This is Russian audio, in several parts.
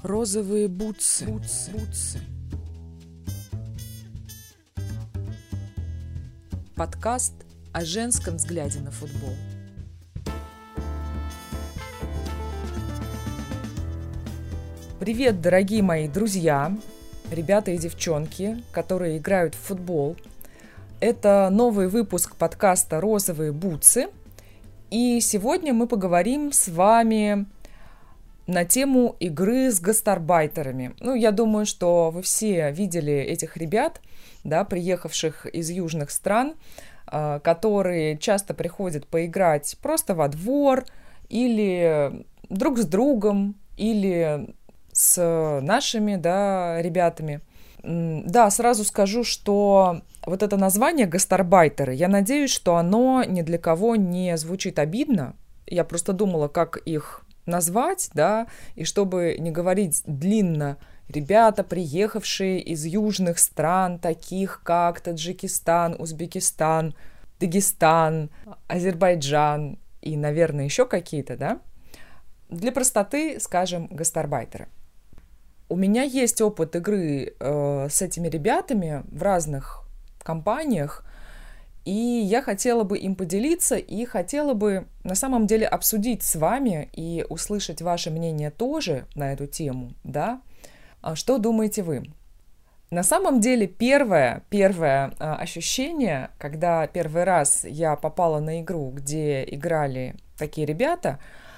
Розовые бутсы. Подкаст о женском взгляде на футбол. Привет, дорогие мои друзья, ребята и девчонки, которые играют в футбол. Это новый выпуск подкаста «Розовые бутсы». И сегодня мы поговорим с вами на тему игры с гастарбайтерами. Я думаю, что вы все видели этих ребят, да, приехавших из южных стран, которые часто приходят поиграть просто во двор или друг с другом, или с нашими, да, ребятами. Да, сразу скажу, что вот это название «гастарбайтеры», я надеюсь, что оно ни для кого не звучит обидно. Я просто думала, как их назвать, да, и чтобы не говорить длинно, ребята, приехавшие из южных стран, таких как Таджикистан, Узбекистан, Дагестан, Азербайджан и, наверное, еще какие-то, да, для простоты скажем гастарбайтеры. У меня есть опыт игры с этими ребятами в разных компаниях, и я хотела бы им поделиться и хотела бы на самом деле обсудить с вами и услышать ваше мнение тоже на эту тему, да? Что думаете вы? На самом деле первое ощущение, когда первый раз я попала на игру, где играли такие ребята,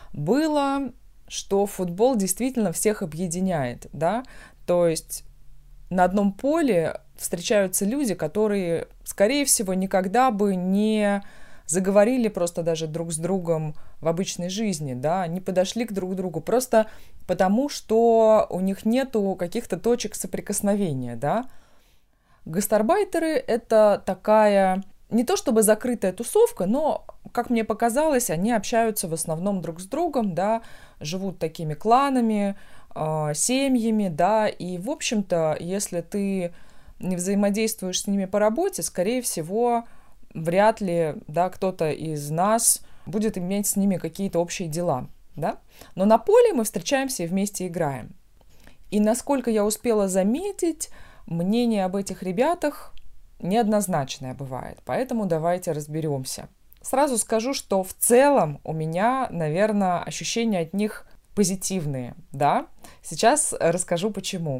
было, что футбол действительно всех объединяет, да? То есть на одном поле встречаются люди, которые, скорее всего, никогда бы не заговорили просто даже друг с другом в обычной жизни, да, не подошли к друг другу, просто потому, что у них нету каких-то точек соприкосновения, да. Гастарбайтеры — это такая, не то чтобы закрытая тусовка, но, как мне показалось, они общаются в основном друг с другом, да, живут такими кланами, семьями, да, и, в общем-то, если ты не взаимодействуешь с ними по работе, скорее всего, вряд ли, да, кто-то из нас будет иметь с ними какие-то общие дела, да. Но на поле мы встречаемся и вместе играем. И насколько я успела заметить, мнение об этих ребятах неоднозначное бывает, поэтому давайте разберемся. Сразу скажу, что в целом у меня, наверное, ощущения от них позитивные, да. Сейчас расскажу, почему.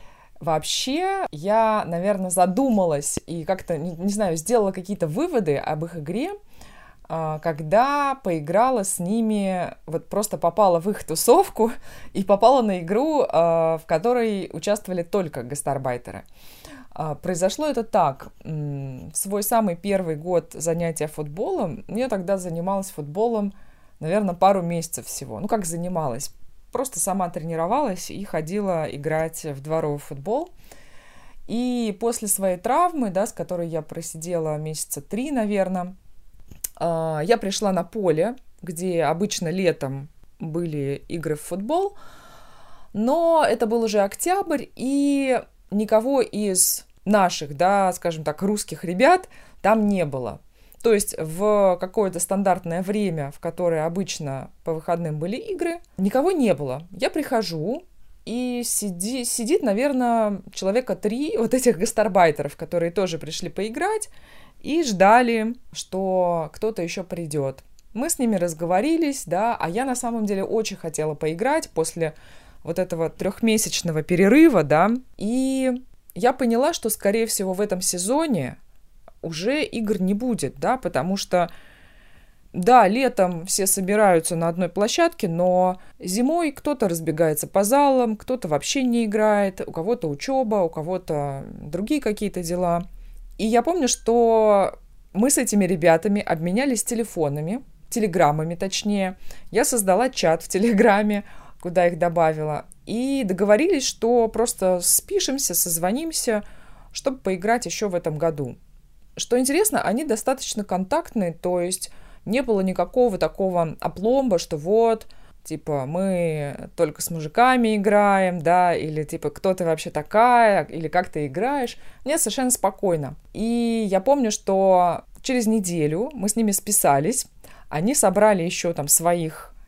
Вообще, я, наверное, задумалась и как-то, не знаю, сделала какие-то выводы об их игре, когда поиграла с ними, вот просто попала в их тусовку и попала на игру, в которой участвовали только гастарбайтеры. Произошло это так. В свой самый первый год занятия футболом, я тогда занималась футболом, наверное, пару месяцев всего. Как занималась? Просто сама тренировалась и ходила играть в дворовый футбол. И после своей травмы, да, с которой я просидела месяца 3, наверное, я пришла на поле, где обычно летом были игры в футбол, но это был уже октябрь, и никого из наших, да, скажем так, русских ребят там не было. То есть в какое-то стандартное время, в которое обычно по выходным были игры, никого не было. Я прихожу, и сидит, наверное, человека 3 вот этих гастарбайтеров, которые тоже пришли поиграть и ждали, что кто-то еще придет. Мы с ними разговорились, да, а я на самом деле очень хотела поиграть после вот этого 3-месячного перерыва, да, и я поняла, что, скорее всего, в этом сезоне уже игр не будет, да, потому что, да, летом все собираются на одной площадке, но зимой кто-то разбегается по залам, кто-то вообще не играет, у кого-то учеба, у кого-то другие какие-то дела. И я помню, что мы с этими ребятами обменялись телеграммами точнее. Я создала чат в Телеграме, куда их добавила, и договорились, что просто спишемся, созвонимся, чтобы поиграть еще в этом году. Что интересно, они достаточно контактные, то есть не было никакого такого опломба, что вот, типа, мы только с мужиками играем, да, или типа, кто ты вообще такая, или как ты играешь. Нет, совершенно спокойно. И я помню, что через неделю мы с ними списались, они собрали еще там своих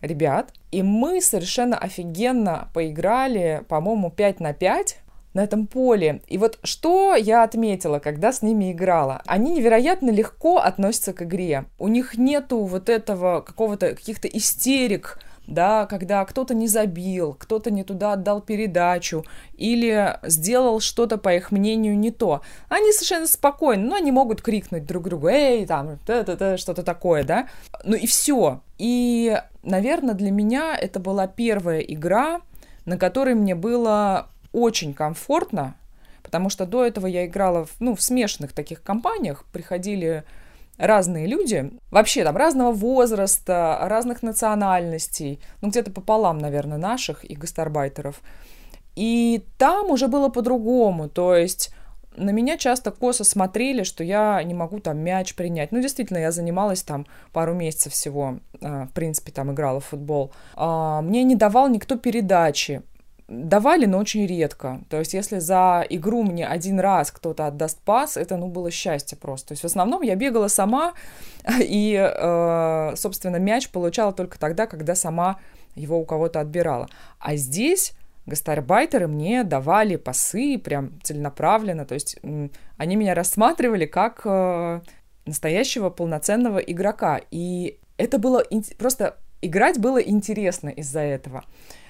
ребят, и мы совершенно офигенно поиграли, по-моему, 5-5 на этом поле. И вот что я отметила, когда с ними играла? Они невероятно легко относятся к игре. У них нету вот этого каких-то истерик, да, когда кто-то не забил, кто-то не туда отдал передачу или сделал что-то, по их мнению, не то. Они совершенно спокойны, но они могут крикнуть друг другу: «Эй, там, что-то такое», да? Ну и все. И, наверное, для меня это была первая игра, на которой мне было очень комфортно, потому что до этого я играла в смешанных таких компаниях, приходили разные люди, вообще там разного возраста, разных национальностей, где-то пополам, наверное, наших и гастарбайтеров. И там уже было по-другому, то есть на меня часто косо смотрели, что я не могу там мяч принять. Действительно, я занималась там пару месяцев всего, в принципе, там играла в футбол. Мне не давал никто передачи. Давали, но очень редко. То есть, если за игру мне один раз кто-то отдаст пас, это, было счастье просто. То есть, в основном я бегала сама и, собственно, мяч получала только тогда, когда сама его у кого-то отбирала. А здесь гастарбайтеры мне давали пасы прям целенаправленно. То есть, они меня рассматривали как настоящего полноценного игрока. И это было просто... Играть было интересно из-за этого.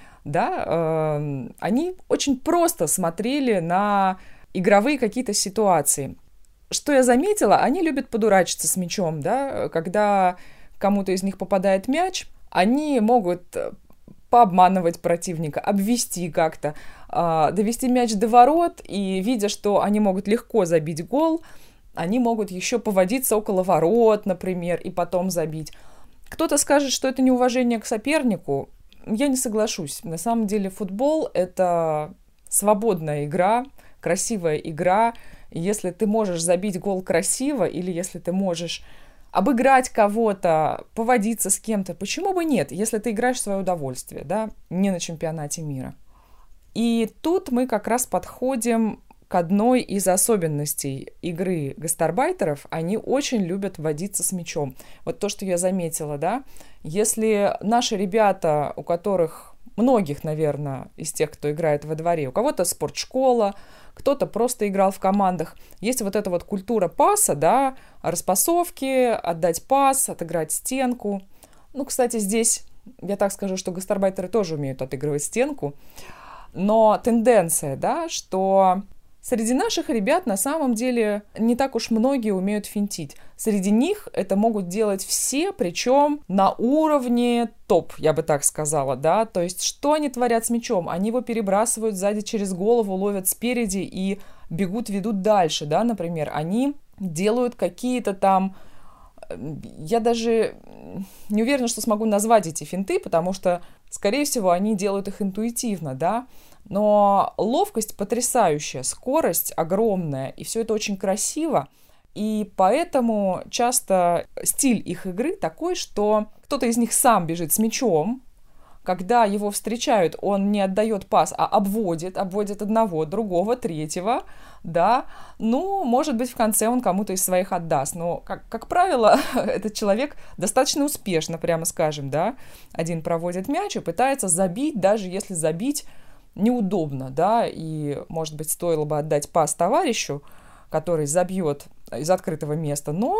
Да, они очень просто смотрели на игровые какие-то ситуации. Что я заметила, они любят подурачиться с мячом, да, когда кому-то из них попадает мяч, они могут пообманывать противника, обвести как-то, довести мяч до ворот, и, видя, что они могут легко забить гол, они могут еще поводиться около ворот, например, и потом забить. Кто-то скажет, что это неуважение к сопернику. Я не соглашусь. На самом деле футбол – это свободная игра, красивая игра. Если ты можешь забить гол красиво или если ты можешь обыграть кого-то, поводиться с кем-то, почему бы нет, если ты играешь в свое удовольствие, да, не на чемпионате мира. И тут мы как раз подходим к одной из особенностей игры гастарбайтеров. Они очень любят водиться с мячом. Вот то, что я заметила, да, если наши ребята, у которых, многих, наверное, из тех, кто играет во дворе, у кого-то спортшкола, кто-то просто играл в командах, есть вот эта вот культура паса, да, распасовки, отдать пас, отыграть стенку. Кстати, здесь я так скажу, что гастарбайтеры тоже умеют отыгрывать стенку, но тенденция, да, что среди наших ребят на самом деле не так уж многие умеют финтить. Среди них это могут делать все, причем на уровне топ, я бы так сказала, да. То есть, что они творят с мячом? Они его перебрасывают сзади через голову, ловят спереди и бегут, ведут дальше, да, например. Они делают какие-то там... Я даже не уверена, что смогу назвать эти финты, потому что, скорее всего, они делают их интуитивно, да. Но ловкость потрясающая, скорость огромная, и все это очень красиво. И поэтому часто стиль их игры такой, что кто-то из них сам бежит с мячом. Когда его встречают, он не отдает пас, а обводит одного, другого, третьего, да. Может быть, в конце он кому-то из своих отдаст. Но, как правило, этот человек достаточно успешно, прямо скажем, да. Один проводит мяч и пытается забить, даже если забить неудобно, да, и, может быть, стоило бы отдать пас товарищу, который забьет из открытого места, но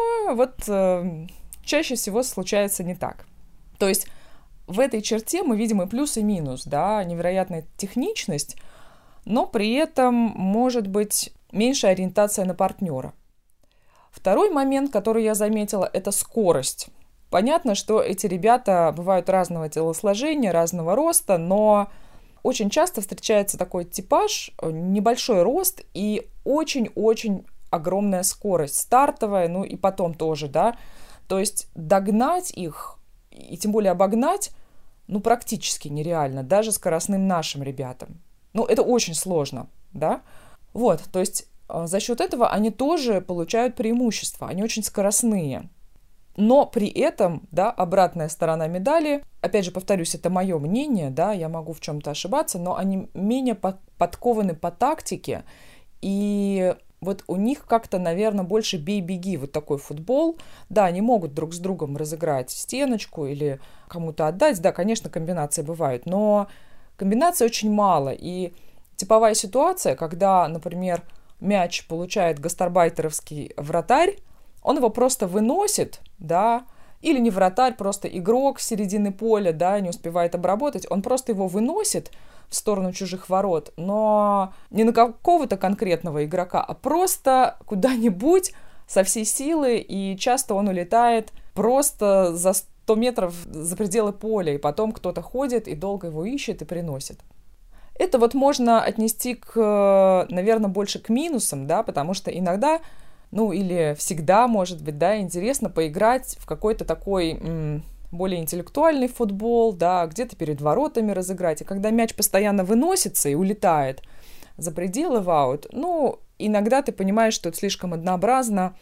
чаще всего случается не так. То есть в этой черте мы видим и плюс, и минус, да, невероятная техничность, но при этом может быть меньшая ориентация на партнера. Второй момент, который я заметила, это скорость. Понятно, что эти ребята бывают разного телосложения, разного роста, но очень часто встречается такой типаж, небольшой рост и очень-очень огромная скорость, стартовая, и потом тоже, да. То есть догнать их, и тем более обогнать, практически нереально, даже скоростным нашим ребятам. Это очень сложно, да. То есть за счет этого они тоже получают преимущество, они очень скоростные. Но при этом, да, обратная сторона медали, опять же, повторюсь, это мое мнение, да, я могу в чем-то ошибаться, но они менее подкованы по тактике, и у них как-то, наверное, больше бей-беги, такой футбол. Да, они могут друг с другом разыграть стеночку или кому-то отдать. Да, конечно, комбинации бывают, но комбинаций очень мало. И типовая ситуация, когда, например, мяч получает гастарбайтеровский вратарь, он его просто выносит, да, или не вратарь, просто игрок с середины поля, да, не успевает обработать, он просто его выносит в сторону чужих ворот, но не на какого-то конкретного игрока, а просто куда-нибудь со всей силы, и часто он улетает просто за 100 метров за пределы поля, и потом кто-то ходит и долго его ищет и приносит. Это вот можно отнести к, наверное, больше к минусам, да, потому что иногда, или всегда, может быть, да, интересно поиграть в какой-то такой более интеллектуальный футбол, да, где-то перед воротами разыграть. И когда мяч постоянно выносится и улетает за пределы в аут, иногда ты понимаешь, что это слишком однообразно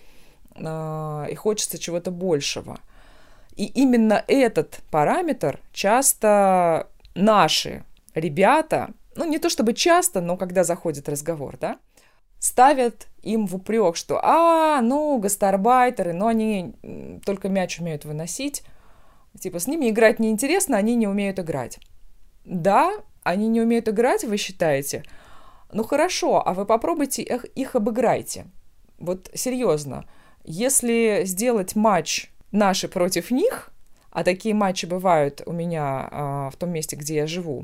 и хочется чего-то большего. И именно этот параметр часто наши ребята, не то чтобы часто, но когда заходит разговор, да, ставят им в упрек, что, гастарбайтеры, они только мяч умеют выносить, типа, с ними играть неинтересно, они не умеют играть. Да, они не умеют играть, вы считаете? Хорошо, а вы попробуйте их обыграйте. Вот серьезно, если сделать матч наши против них, а такие матчи бывают у меня в том месте, где я живу,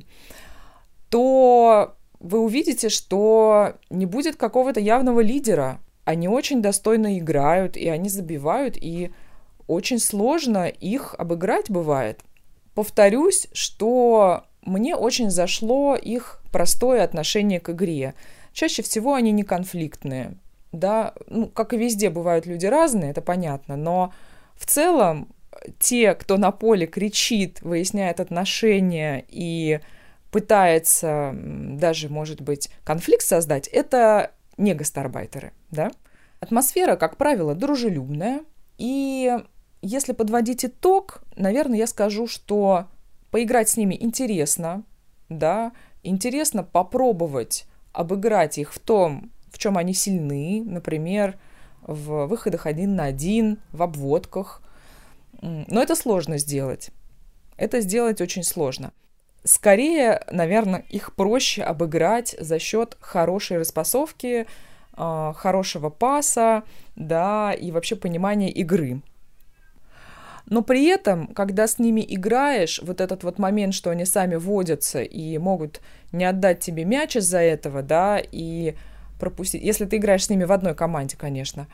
то вы увидите, что не будет какого-то явного лидера. Они очень достойно играют, и они забивают, и очень сложно их обыграть бывает. Повторюсь, что мне очень зашло их простое отношение к игре. Чаще всего они не конфликтные. Да? Как и везде бывают люди разные, это понятно, но в целом те, кто на поле кричит, выясняет отношения и пытается даже, может быть, конфликт создать, это не гастарбайтеры, да? Атмосфера, как правило, дружелюбная. И если подводить итог, наверное, я скажу, что поиграть с ними интересно, да? Интересно попробовать обыграть их в том, в чем они сильны, например, в выходах 1 на 1, в обводках. Но это сложно сделать. Это сделать очень сложно. Скорее, наверное, их проще обыграть за счет хорошей распасовки, хорошего паса, да, и вообще понимания игры. Но при этом, когда с ними играешь, вот этот вот момент, что они сами водятся и могут не отдать тебе мяч из-за этого, да, и пропустить, если ты играешь с ними в одной команде, конечно,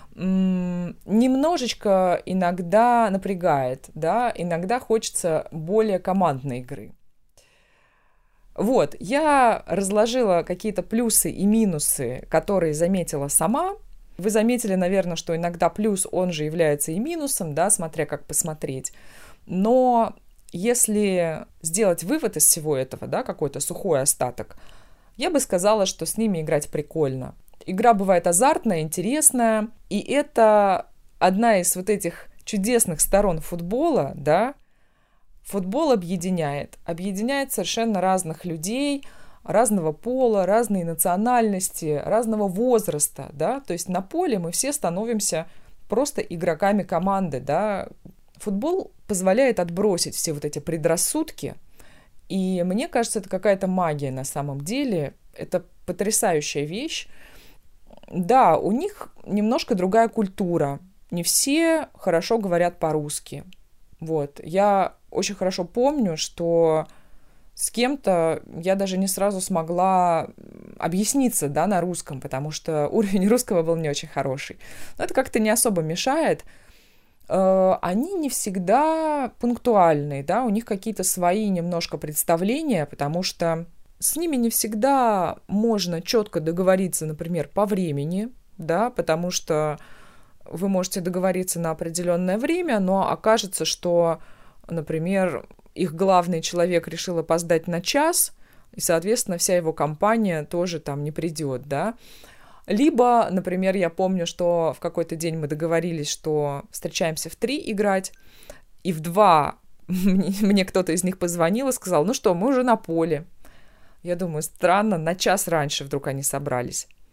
немножечко иногда напрягает, да, иногда хочется более командной игры. Вот, я разложила какие-то плюсы и минусы, которые заметила сама. Вы заметили, наверное, что иногда плюс, он же является и минусом, да, смотря как посмотреть. Но если сделать вывод из всего этого, да, какой-то сухой остаток, я бы сказала, что с ними играть прикольно. Игра бывает азартная, интересная, и это одна из вот этих чудесных сторон футбола, да. Футбол объединяет совершенно разных людей, разного пола, разной национальности, разного возраста, да, то есть на поле мы все становимся просто игроками команды, да. Футбол позволяет отбросить все вот эти предрассудки, и мне кажется, это какая-то магия на самом деле, это потрясающая вещь. Да, у них немножко другая культура, не все хорошо говорят по-русски. Вот, я очень хорошо помню, что с кем-то я даже не сразу смогла объясниться, да, на русском, потому что уровень русского был не очень хороший. Но это как-то не особо мешает. Они не всегда пунктуальны, да, у них какие-то свои немножко представления, потому что с ними не всегда можно четко договориться, например, по времени, да, потому что вы можете договориться на определенное время, но окажется, что, например, их главный человек решил опоздать на час, и, соответственно, вся его компания тоже там не придет, да. Либо, например, я помню, что в какой-то день мы договорились, что встречаемся в 3 играть, и в 2 мне кто-то из них позвонил и сказал, ну что, мы уже на поле. Я думаю, странно, на час раньше вдруг они собрались.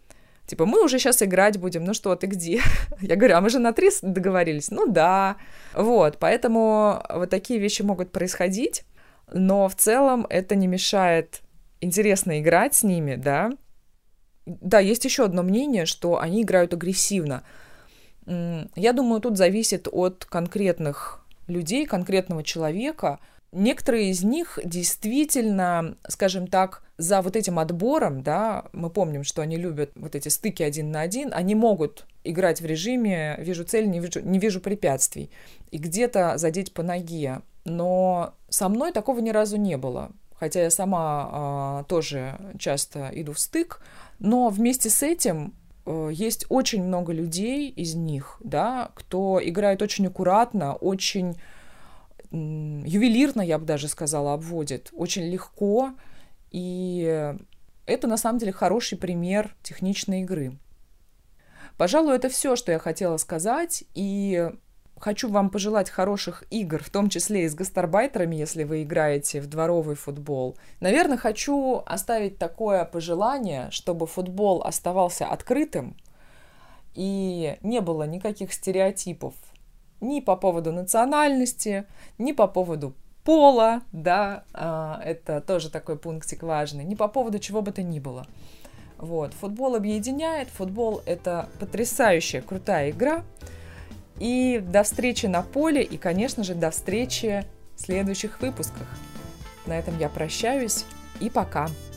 Типа, мы уже сейчас играть будем, ну что, ты где? Я говорю, а мы же на 3 договорились. Ну да. Вот, поэтому вот такие вещи могут происходить, но в целом это не мешает интересно играть с ними, да. Да, есть еще одно мнение, что они играют агрессивно. Я думаю, тут зависит от конкретных людей, конкретного человека. Некоторые из них действительно, скажем так, за вот этим отбором, да, мы помним, что они любят вот эти стыки 1 на 1, они могут играть в режиме «вижу цель, не вижу препятствий» и где-то задеть по ноге. Но со мной такого ни разу не было. Хотя я сама тоже часто иду в стык, но вместе с этим есть очень много людей из них, да, кто играет очень аккуратно, очень ювелирно, я бы даже сказала, обводит, очень легко, и это на самом деле хороший пример техничной игры. Пожалуй, это все, что я хотела сказать, и хочу вам пожелать хороших игр, в том числе и с гастарбайтерами, если вы играете в дворовый футбол. Наверное, хочу оставить такое пожелание, чтобы футбол оставался открытым и не было никаких стереотипов ни по поводу национальности, ни по поводу пола, да, это тоже такой пунктик важный, ни по поводу чего бы то ни было. Вот, футбол объединяет, футбол — это потрясающая, крутая игра. И до встречи на поле, и, конечно же, до встречи в следующих выпусках. На этом я прощаюсь, и пока!